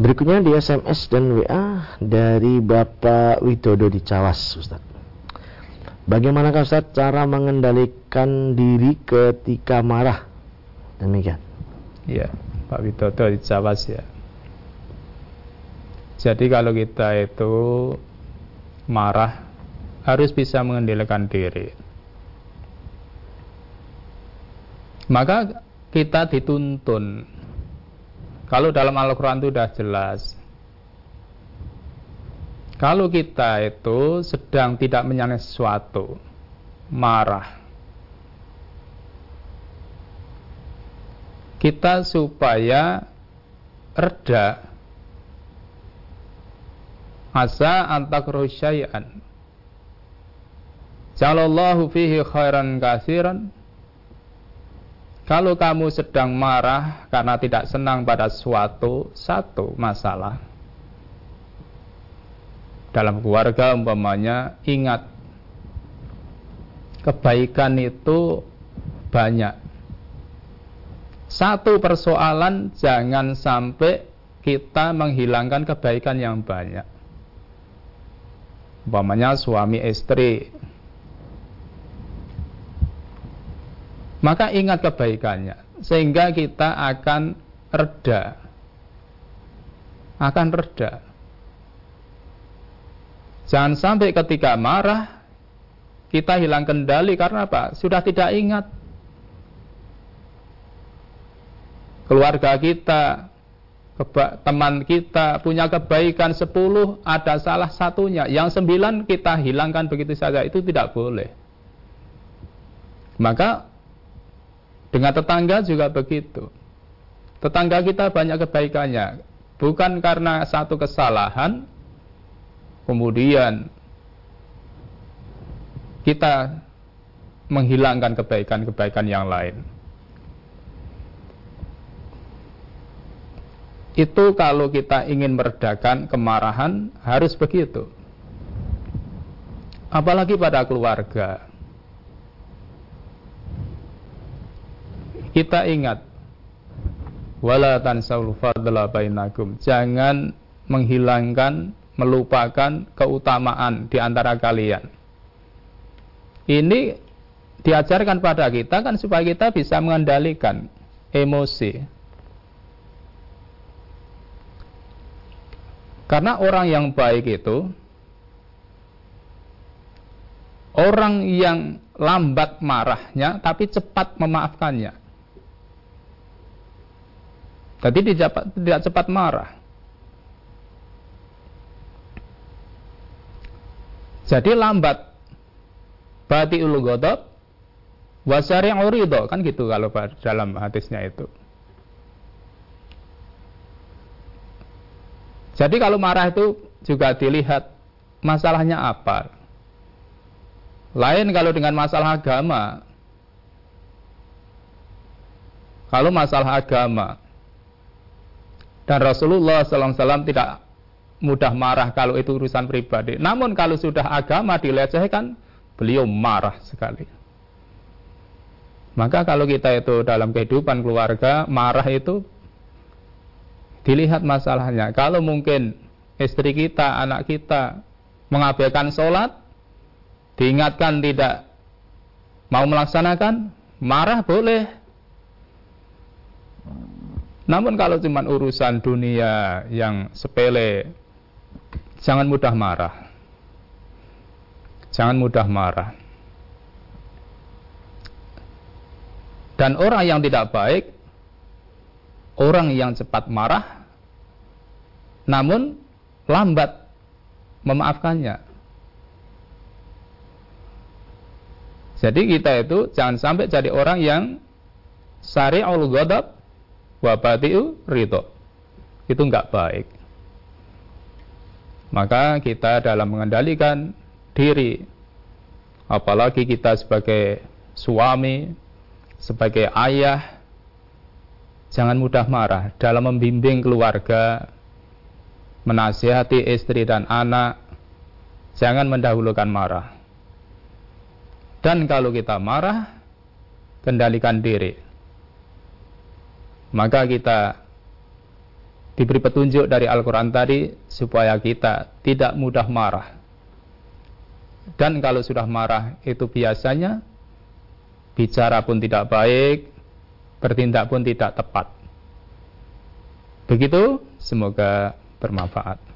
Berikutnya di SMS dan WA dari Bapak Widodo di Cawas, Ustaz. Bagaimanakah Ustaz cara mengendalikan diri ketika marah? Demikian. Ya, Pak Widodo di Cawas ya. Jadi kalau kita itu marah harus bisa mengendalikan diri. Maka kita dituntun. Kalau dalam Al-Quran itu sudah jelas, kalau kita itu sedang tidak menyenangi sesuatu, marah, kita supaya reda, asa antakruh syai'an ja'alallahu fihi khairan katsiran. Kalau kamu sedang marah karena tidak senang pada satu masalah dalam keluarga umpamanya, ingat kebaikan itu banyak. Satu persoalan jangan sampai kita menghilangkan kebaikan yang banyak. Umpamanya suami istri, maka ingat kebaikannya sehingga kita akan reda. Jangan sampai ketika marah kita hilang kendali karena apa? Sudah tidak ingat keluarga kita, teman kita punya kebaikan 10, ada salah satunya, yang 9 kita hilangkan begitu saja. Itu tidak boleh. Maka dengan tetangga juga begitu. Tetangga kita banyak kebaikannya, bukan karena satu kesalahan kemudian kita menghilangkan kebaikan-kebaikan yang lain. Itu kalau kita ingin meredakan kemarahan harus begitu. Apalagi pada keluarga. Kita ingat, wala tansaul fadla bainakum. Jangan menghilangkan, melupakan keutamaan di antara kalian. Ini diajarkan pada kita kan supaya kita bisa mengendalikan emosi. Karena orang yang baik itu orang yang lambat marahnya tapi cepat memaafkannya. Jadi tidak cepat marah. Jadi lambat batiul ghadab wa sari'ur ridha, kan gitu kalau dalam hadisnya itu. Jadi kalau marah itu juga dilihat masalahnya apa. Lain kalau dengan masalah agama. Kalau masalah agama, dan Rasulullah SAW tidak mudah marah kalau itu urusan pribadi. Namun kalau sudah agama dilecehkan, beliau marah sekali. Maka kalau kita itu dalam kehidupan keluarga, marah itu dilihat masalahnya. Kalau mungkin istri kita, anak kita mengabaikan sholat, diingatkan tidak mau melaksanakan, marah boleh. Namun kalau cuma urusan dunia yang sepele, jangan mudah marah. Jangan mudah marah. Dan orang yang tidak baik, orang yang cepat marah, namun lambat memaafkannya. Jadi kita itu jangan sampai jadi orang yang sari'ul ghadab wa bati'u ridha. Itu enggak baik. Maka kita dalam mengendalikan diri, apalagi kita sebagai suami, sebagai ayah, jangan mudah marah dalam membimbing keluarga, menasihati istri dan anak. Jangan mendahulukan marah. Dan kalau kita marah, kendalikan diri. Maka kita diberi petunjuk dari Al-Quran tadi supaya kita tidak mudah marah. Dan kalau sudah marah itu biasanya bicara pun tidak baik, bertindak pun tidak tepat. Begitu, semoga bermanfaat.